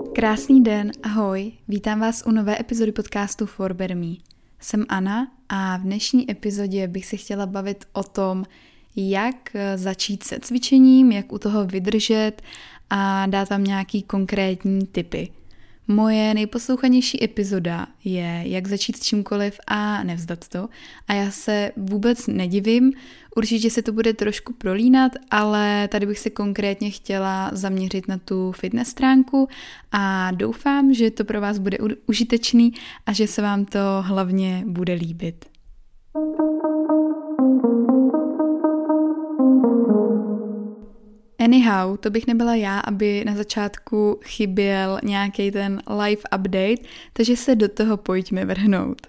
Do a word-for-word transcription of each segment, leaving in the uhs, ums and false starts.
Krásný den, ahoj, vítám vás u nové epizody podcastu For Better Me. Jsem Anna a v dnešní epizodě bych se chtěla bavit o tom, jak začít se cvičením, jak u toho vydržet a dát vám nějaký konkrétní tipy. Moje nejposlouchanější epizoda je jak začít s čímkoliv a nevzdat to. A já se vůbec nedivím, určitě se to bude trošku prolínat, ale tady bych se konkrétně chtěla zaměřit na tu fitness stránku a doufám, že to pro vás bude užitečný a že se vám to hlavně bude líbit. Anyhow, to bych nebyla já, aby na začátku chyběl nějaký ten live update, takže se do toho pojďme vrhnout.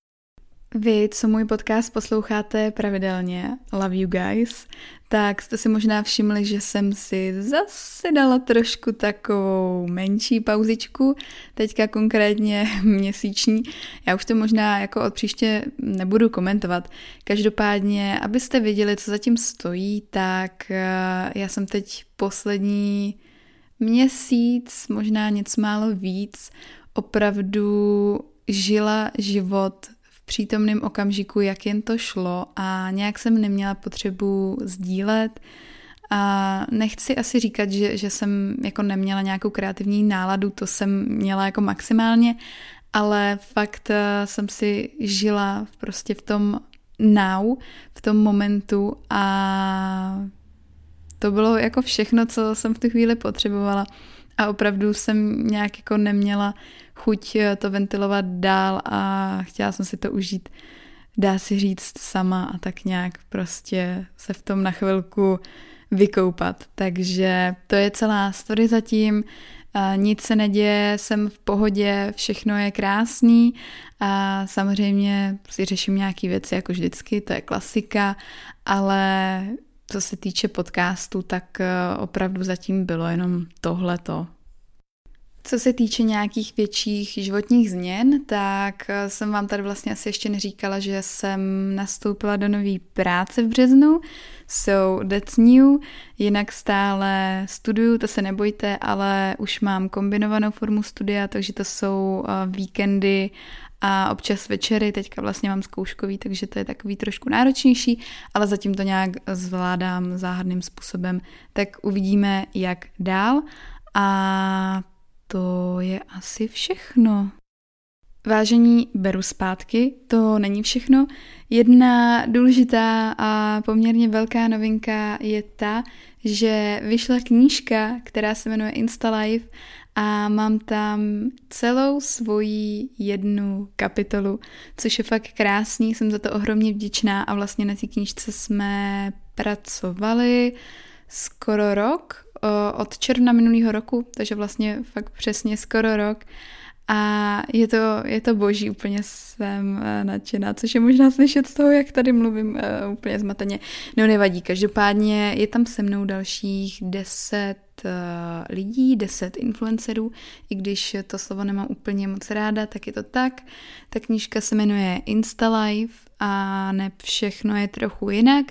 Vy, co můj podcast posloucháte pravidelně, love you guys, tak jste si možná všimli, že jsem si zase dala trošku takovou menší pauzičku, teďka konkrétně měsíční. Já už to možná jako od příště nebudu komentovat. Každopádně, abyste věděli, co zatím stojí, tak já jsem teď poslední měsíc, možná něco málo víc, opravdu žila život přítomném okamžiku, jak jen to šlo a nějak jsem neměla potřebu sdílet a nechci asi říkat, že, že jsem jako neměla nějakou kreativní náladu, to jsem měla jako maximálně, ale fakt jsem si žila prostě v tom now, v tom momentu a to bylo jako všechno, co jsem v tu chvíli potřebovala a opravdu jsem nějak jako neměla chuť to ventilovat dál a chtěla jsem si to užít, dá se říct sama a tak nějak prostě se v tom na chvilku vykoupat. Takže to je celá story zatím, nic se neděje, jsem v pohodě, všechno je krásný a samozřejmě si řeším nějaký věci jako vždycky, to je klasika, ale co se týče podcastu, tak opravdu zatím bylo jenom tohleto. Co se týče nějakých větších životních změn, tak jsem vám tady vlastně asi ještě neříkala, že jsem nastoupila do nové práce v březnu, so that's new, jinak stále studuju, to se nebojte, ale už mám kombinovanou formu studia, takže to jsou víkendy a občas večery, teďka vlastně mám zkouškový, takže to je takový trošku náročnější, ale zatím to nějak zvládám záhadným způsobem, tak uvidíme, jak dál a to je asi všechno. Vážení, beru zpátky, to není všechno. Jedna důležitá a poměrně velká novinka je ta, že vyšla knížka, která se jmenuje Instalife a mám tam celou svoji jednu kapitolu, což je fakt krásný, jsem za to ohromně vděčná a vlastně na té knížce jsme pracovali skoro rok, od června minulého roku, takže vlastně fakt přesně skoro rok a je to, je to boží, úplně jsem nadšená, což je možná slyšet z toho, jak tady mluvím uh, úplně zmateně. No nevadí, každopádně je tam se mnou dalších deset uh, lidí, deset influencerů, i když to slovo nemám úplně moc ráda, tak je to tak. Ta knížka se jmenuje Instalife a ne všechno je trochu jinak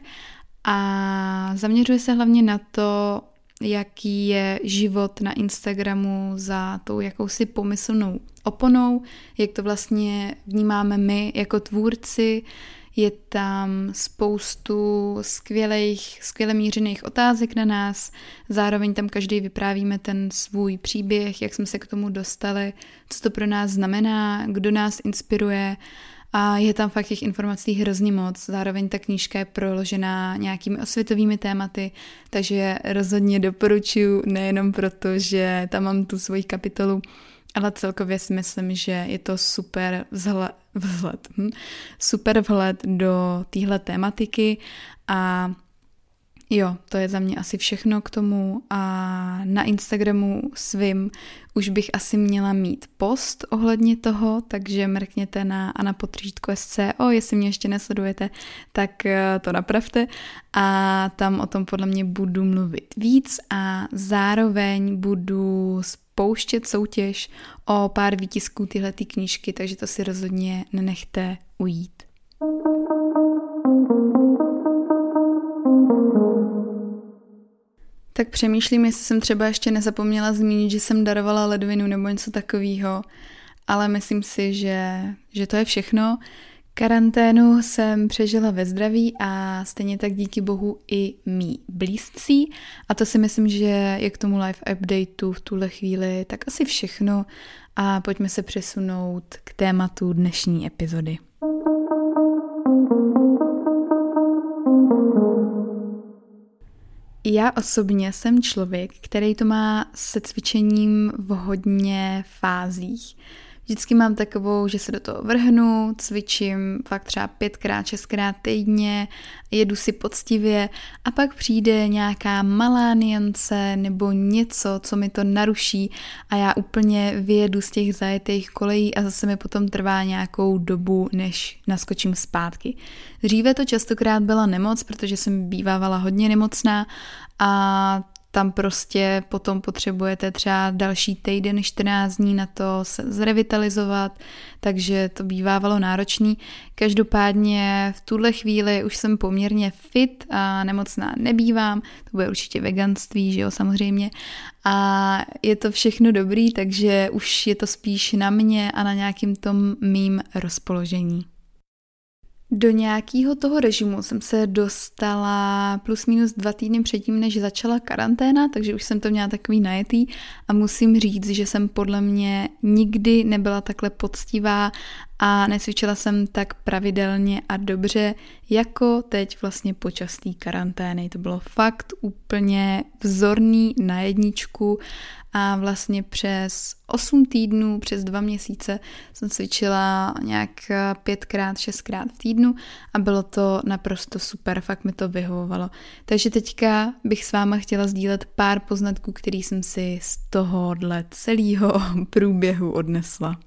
a zaměřuje se hlavně na to, jaký je život na Instagramu za tou jakousi pomyslnou oponou, jak to vlastně vnímáme my jako tvůrci. Je tam spoustu skvělých, skvěle mířených otázek na nás, zároveň tam každý vyprávíme ten svůj příběh, jak jsme se k tomu dostali, co to pro nás znamená, kdo nás inspiruje. A je tam fakt těch informací hrozně moc. Zároveň ta knížka je proložená nějakými osvětovými tématy, takže rozhodně doporučuji nejenom proto, že tam mám tu svoji kapitolu, ale celkově si myslím, že je to super vzhled, vzhled, hm? super vhled do téhle tématiky a jo, to je za mě asi všechno k tomu a na Instagramu svým už bych asi měla mít post ohledně toho, takže mrkněte na Anna Potříštko S C O, jestli mě ještě nesledujete, tak to napravte a tam o tom podle mě budu mluvit víc a zároveň budu spouštět soutěž o pár výtisků tyhletý knížky, takže to si rozhodně nenechte ujít. Tak přemýšlím, jestli jsem třeba ještě nezapomněla zmínit, že jsem darovala ledvinu nebo něco takového, ale myslím si, že, že to je všechno. Karanténu jsem přežila ve zdraví a stejně tak díky bohu i mý blízcí. A to si myslím, že je k tomu live updateu v tuhle chvíli tak asi všechno a pojďme se přesunout k tématu dnešní epizody. Já osobně jsem člověk, který to má se cvičením v hodně fázích. Vždycky mám takovou, že se do toho vrhnu, cvičím fakt třeba pětkrát, šestkrát týdně, jedu si poctivě a pak přijde nějaká malá niance nebo něco, co mi to naruší a já úplně vyjedu z těch zajetých kolejí a zase mi potom trvá nějakou dobu, než naskočím zpátky. Dříve to častokrát byla nemoc, protože jsem bývávala hodně nemocná a tam prostě potom potřebujete třeba další týden, čtrnáct dní na to se zrevitalizovat, takže to bývávalo náročný. Každopádně v tuhle chvíli už jsem poměrně fit a nemocná nebývám, to bude určitě veganství, že jo, samozřejmě. A je to všechno dobrý, takže už je to spíš na mě a na nějakým tom mým rozpoložení. Do nějakého toho režimu jsem se dostala plus minus dva týdny předtím, než začala karanténa, takže už jsem to měla takový najetý a musím říct, že jsem podle mě nikdy nebyla takhle poctivá a necvičila jsem tak pravidelně a dobře, jako teď vlastně počas té karantény. To bylo fakt úplně vzorný na jedničku a vlastně přes osm týdnů, přes dva měsíce jsem cvičila nějak pětkrát, šestkrát v týdnu a bylo to naprosto super, fakt mi to vyhovovalo. Takže teďka bych s váma chtěla sdílet pár poznatků, který jsem si z tohohle celého průběhu odnesla.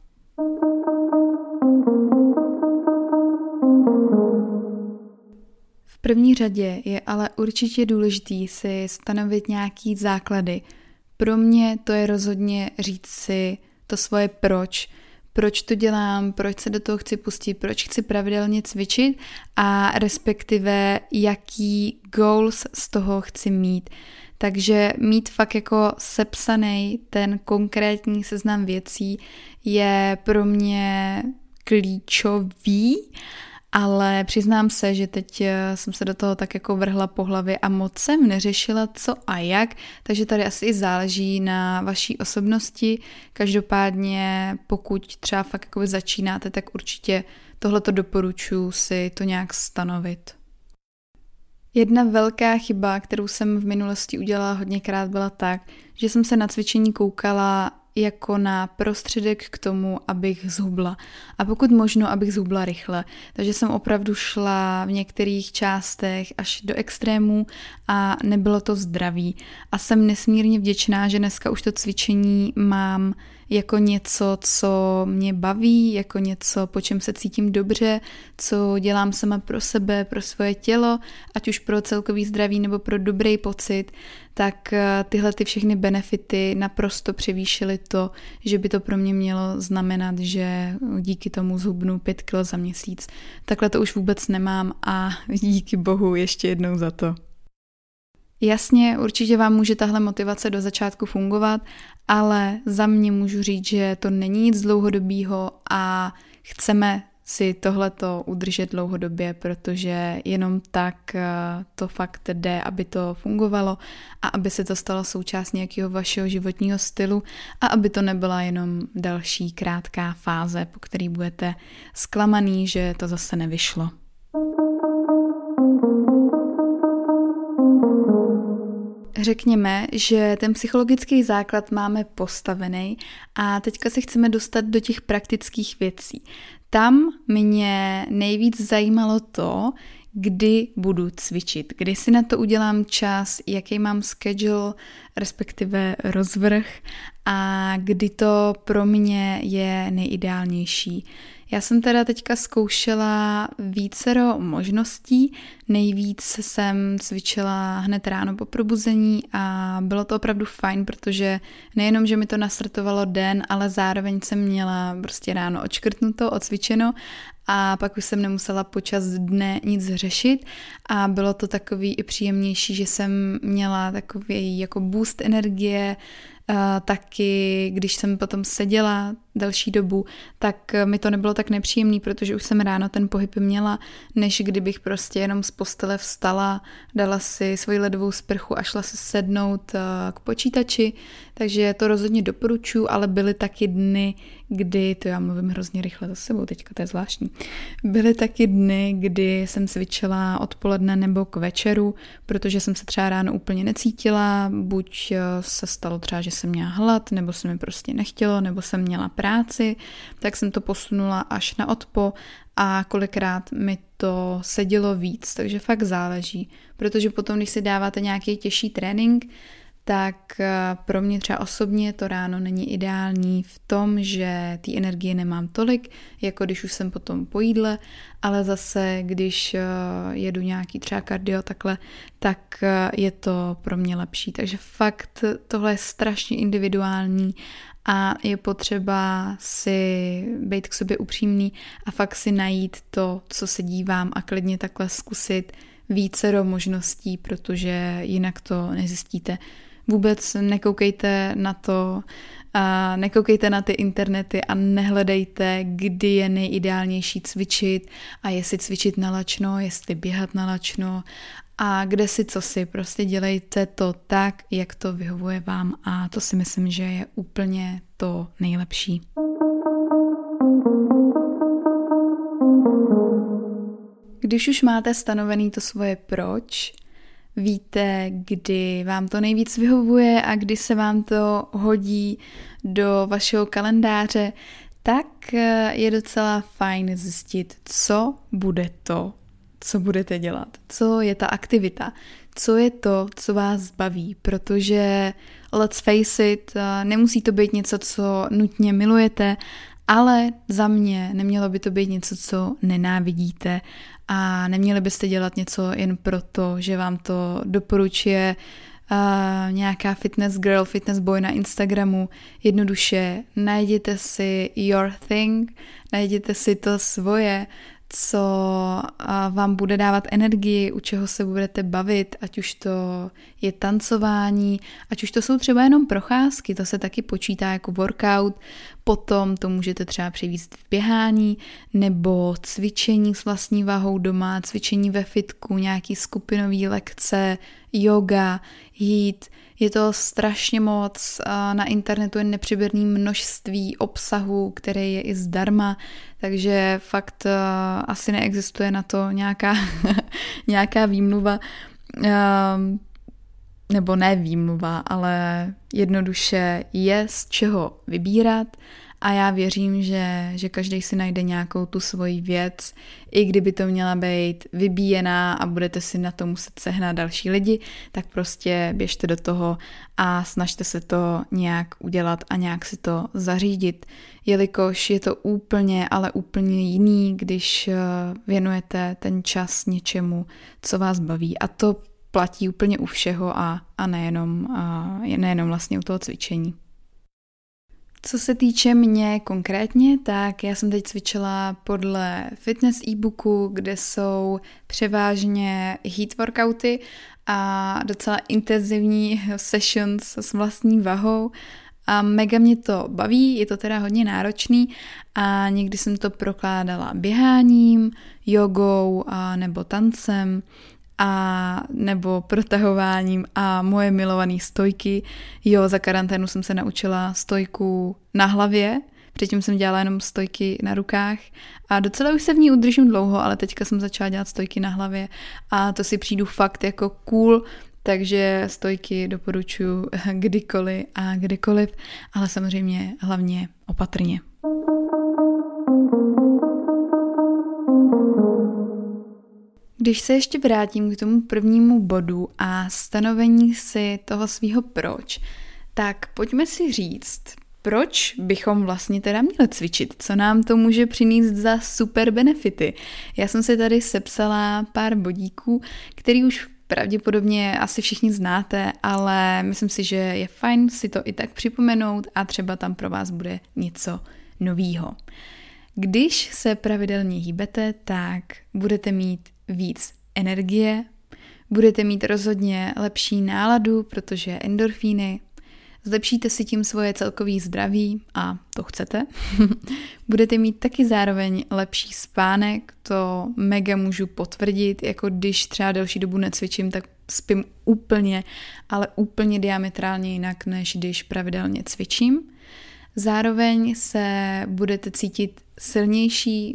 V první řadě je ale určitě důležitý si stanovit nějaký základy. Pro mě to je rozhodně říct si to svoje proč, proč to dělám, proč se do toho chci pustit, proč chci pravidelně cvičit a respektive jaký goals z toho chci mít. Takže mít fakt jako sepsaný ten konkrétní seznam věcí je pro mě klíčový, ale přiznám se, že teď jsem se do toho tak jako vrhla po hlavě a moc jsem neřešila co a jak, takže tady asi i záleží na vaší osobnosti. Každopádně pokud třeba fakt jako začínáte, tak určitě tohleto doporučuji si to nějak stanovit. Jedna velká chyba, kterou jsem v minulosti udělala hodněkrát, byla tak, že jsem se na cvičení koukala jako na prostředek k tomu, abych zhubla. A pokud možno, abych zhubla rychle. Takže jsem opravdu šla v některých částech až do extrémů a nebylo to zdravý. A jsem nesmírně vděčná, že dneska už to cvičení mám jako něco, co mě baví, jako něco, po čem se cítím dobře, co dělám sama pro sebe, pro svoje tělo, ať už pro celkový zdraví nebo pro dobrý pocit, tak tyhle ty všechny benefity naprosto převýšily to, že by to pro mě mělo znamenat, že díky tomu zhubnu pět kilo za měsíc. Takhle to už vůbec nemám a díky bohu ještě jednou za to. Jasně, určitě vám může tahle motivace do začátku fungovat, ale za mě můžu říct, že to není nic dlouhodobého a chceme si tohleto udržet dlouhodobě, protože jenom tak to fakt jde, aby to fungovalo a aby se to stalo součástí nějakého vašeho životního stylu a aby to nebyla jenom další krátká fáze, po který budete zklamaný, že to zase nevyšlo. Řekněme, že ten psychologický základ máme postavený a teďka se chceme dostat do těch praktických věcí. Tam mě nejvíc zajímalo to, kdy budu cvičit, kdy si na to udělám čas, jaký mám schedule, respektive rozvrh a kdy to pro mě je nejideálnější. Já jsem teda teďka zkoušela vícero možností, nejvíc jsem cvičila hned ráno po probuzení a bylo to opravdu fajn, protože nejenom, že mi to nastartovalo den, ale zároveň jsem měla prostě ráno odškrtnuto, odcvičeno a pak už jsem nemusela počas dne nic řešit a bylo to takový i příjemnější, že jsem měla takový jako boost energie. Uh, taky, když jsem potom seděla delší dobu, tak mi to nebylo tak nepříjemný, protože už jsem ráno ten pohyb měla, než kdybych prostě jenom z postele vstala, dala si svoji ledovou sprchu a šla se sednout uh, k počítači, takže to rozhodně doporučuji, ale byly taky dny, kdy, to já mluvím hrozně rychle za sebou teďka, to je zvláštní, byly taky dny, kdy jsem cvičila odpoledne nebo k večeru, protože jsem se třeba ráno úplně necítila, buď se stalo třeba, že jsem měla hlad, nebo se mi prostě nechtělo, nebo jsem měla práci, tak jsem to posunula až na odpo a kolikrát mi to sedělo víc, takže fakt záleží, protože potom, když si dáváte nějaký těžší trénink, tak pro mě třeba osobně to ráno není ideální v tom, že té energie nemám tolik, jako když už jsem potom po jídle, ale zase, když jedu nějaký třeba kardio takhle, tak je to pro mě lepší. Takže fakt tohle je strašně individuální a je potřeba si být k sobě upřímný a fakt si najít to, co se dívám a klidně takhle zkusit vícero možností, protože jinak to nezjistíte. Vůbec nekoukejte na to, a nekoukejte na ty internety a nehledejte, kdy je nejideálnější cvičit a jestli cvičit na lačno, jestli běhat na lačno a kde si co si. Prostě dělejte to tak, jak to vyhovuje vám a to si myslím, že je úplně to nejlepší. Když už máte stanovený to svoje proč, víte, kdy vám to nejvíc vyhovuje a kdy se vám to hodí do vašeho kalendáře, tak je docela fajn zjistit, co bude to, co budete dělat, co je ta aktivita, co je to, co vás baví, protože let's face it, nemusí to být něco, co nutně milujete, ale za mě nemělo by to být něco, co nenávidíte a neměli byste dělat něco jen proto, že vám to doporučuje uh, nějaká fitness girl, fitness boy na Instagramu. Jednoduše najděte si your thing, najděte si to svoje, co vám bude dávat energii, u čeho se budete bavit, ať už to je tancování, ať už to jsou třeba jenom procházky, to se taky počítá jako workout, potom to můžete třeba převíst v běhání, nebo cvičení s vlastní váhou doma, cvičení ve fitku, nějaký skupinový lekce, yoga, jít. Je to strašně moc, na internetu je nepřiberné množství obsahu, který je i zdarma, takže fakt asi neexistuje na to nějaká, nějaká výmluva, nebo ne výmluva, ale jednoduše je z čeho vybírat a já věřím, že, že každý si najde nějakou tu svoji věc, i kdyby to měla být vybíjená a budete si na to muset sehnat další lidi, tak prostě běžte do toho a snažte se to nějak udělat a nějak si to zařídit, jelikož je to úplně, ale úplně jiný, když věnujete ten čas něčemu, co vás baví a to platí úplně u všeho a, a nejenom, a nejenom vlastně u toho cvičení. Co se týče mě konkrétně, tak já jsem teď cvičila podle fitness e-booku, kde jsou převážně heat workouty a docela intenzivní sessions s vlastní vahou a mega mě to baví, je to teda hodně náročný a někdy jsem to prokládala běháním, jogou a nebo tancem, a nebo protahováním a moje milované stojky. Jo, za karanténu jsem se naučila stojku na hlavě, předtím jsem dělala jenom stojky na rukách a docela už se v ní udržím dlouho, ale teďka jsem začala dělat stojky na hlavě a to si přijdu fakt jako cool, takže stojky doporučuji kdykoliv a kdekoliv, ale samozřejmě hlavně opatrně. Když se ještě vrátím k tomu prvnímu bodu a stanovení si toho svýho proč, tak pojďme si říct, proč bychom vlastně teda měli cvičit? Co nám to může přinést za super benefity? Já jsem si tady sepsala pár bodíků, který už pravděpodobně asi všichni znáte, ale myslím si, že je fajn si to i tak připomenout a třeba tam pro vás bude něco novýho. Když se pravidelně hýbete, tak budete mít víc energie, budete mít rozhodně lepší náladu, protože endorfíny, zlepšíte si tím svoje celkové zdraví a to chcete. Budete mít taky zároveň lepší spánek, to mega můžu potvrdit, jako když třeba delší dobu necvičím, tak spím úplně, ale úplně diametrálně jinak, než když pravidelně cvičím. Zároveň se budete cítit silnější,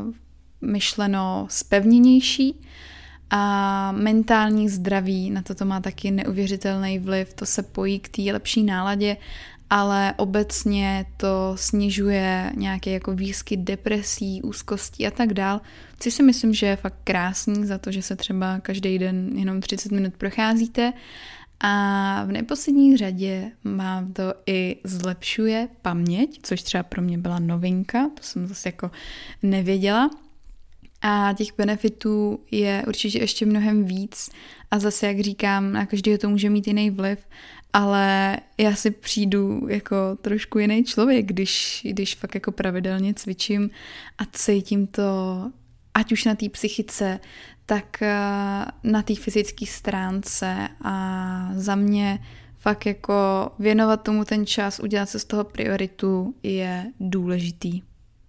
myšleno spevněnější, a mentální zdraví, na to to má taky neuvěřitelný vliv, to se pojí k té lepší náladě, ale obecně to snižuje nějaké jako výskyt depresí, úzkostí a tak dál, což si myslím, že je fakt krásný za to, že se třeba každý den jenom třicet minut procházíte a v neposlední řadě vám to i zlepšuje paměť, což třeba pro mě byla novinka, to jsem zase jako nevěděla. A těch benefitů je určitě ještě mnohem víc a zase, jak říkám, na každého to může mít jiný vliv, ale já si přijdu jako trošku jiný člověk, když, když fakt jako pravidelně cvičím a cítím to, ať už na té psychice, tak na té fyzické stránce a za mě fakt jako věnovat tomu ten čas, udělat se z toho prioritu je důležitý.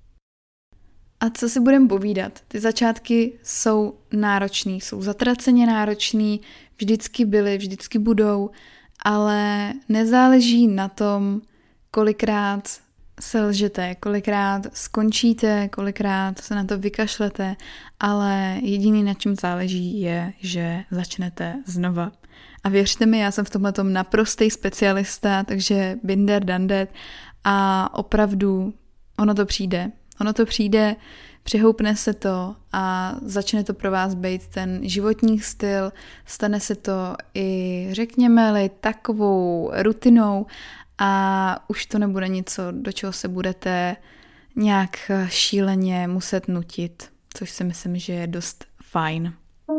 A co si budeme povídat? Ty začátky jsou náročný, jsou zatraceně náročný, vždycky byly, vždycky budou, ale nezáleží na tom, kolikrát se lžete, kolikrát skončíte, kolikrát se na to vykašlete, ale jediný, na čem záleží, je, že začnete znova. A věřte mi, já jsem v tomhletom naprostý specialista, takže been there, done that a opravdu ono to přijde. Ono to přijde, přihoupne se to a začne to pro vás být ten životní styl, stane se to i, řekněme-li, takovou rutinou a už to nebude něco, do čeho se budete nějak šíleně muset nutit, což si myslím, že je dost fajn.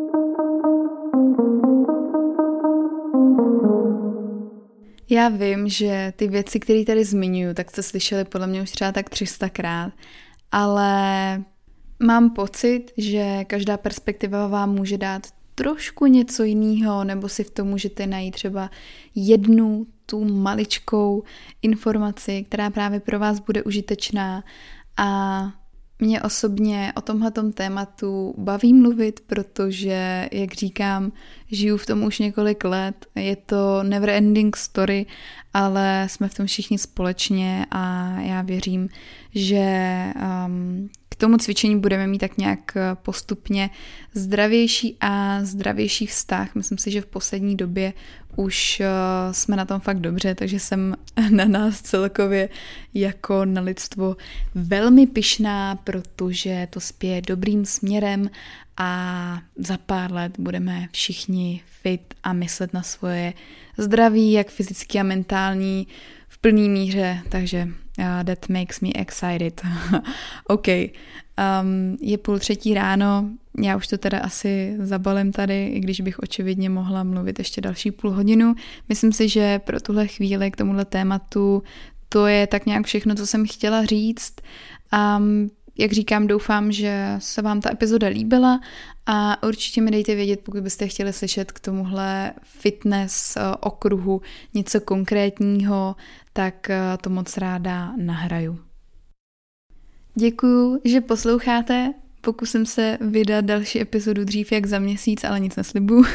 Já vím, že ty věci, které tady zmiňuji, tak jste slyšeli podle mě už třeba tak tři sta krát, ale mám pocit, že každá perspektiva vám může dát trošku něco jiného, nebo si v tom můžete najít třeba jednu tu maličkou informaci, která právě pro vás bude užitečná a mě osobně o tomhletom tématu baví mluvit, protože, jak říkám, žiju v tom už několik let, je to never ending story, ale jsme v tom všichni společně a já věřím, že um, k tomu cvičení budeme mít tak nějak postupně zdravější a zdravější vztah. Myslím si, že v poslední době už uh, jsme na tom fakt dobře, takže jsem na nás celkově jako na lidstvo velmi pyšná, protože to spěje dobrým směrem a za pár let budeme všichni fit a myslet na svoje zdraví, jak fyzicky a mentální, v plný míře, takže uh, that makes me excited. OK, um, je půl třetí ráno, já už to teda asi zabalím tady, i když bych očividně mohla mluvit ještě další půl hodinu. Myslím si, že pro tuhle chvíli k tomuhle tématu to je tak nějak všechno, co jsem chtěla říct. Um, jak říkám, doufám, že se vám ta epizoda líbila a určitě mi dejte vědět, pokud byste chtěli slyšet k tomuhle fitness okruhu něco konkrétního, tak to moc ráda nahraju. Děkuju, že posloucháte. Pokusím se vydat další epizodu dřív jak za měsíc, ale nic neslibuju.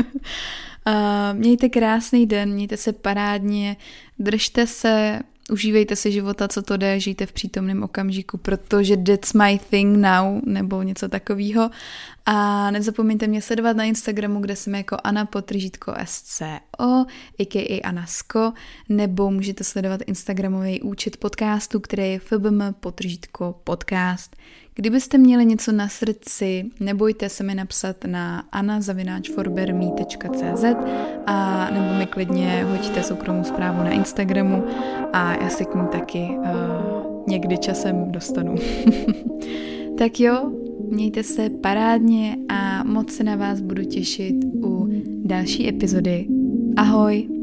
Mějte krásný den, mějte se parádně, držte se, užívejte si života, co to jde, žijte v přítomném okamžiku, protože that's my thing now, nebo něco takového. A nezapomeňte mě sledovat na Instagramu, kde jsem jako Anna Potržítko S C O, a k a. Anasko, nebo můžete sledovat Instagramový účet podcastu, který je F B M Potržítko podcast, Kdybyste měli něco na srdci, nebojte se mi napsat na anna zavináč forberme tečka cé zet a nebo mi klidně hoďte soukromou zprávu na Instagramu a já se k ní taky uh, někdy časem dostanu. Tak jo, mějte se parádně a moc se na vás budu těšit u další epizody. Ahoj!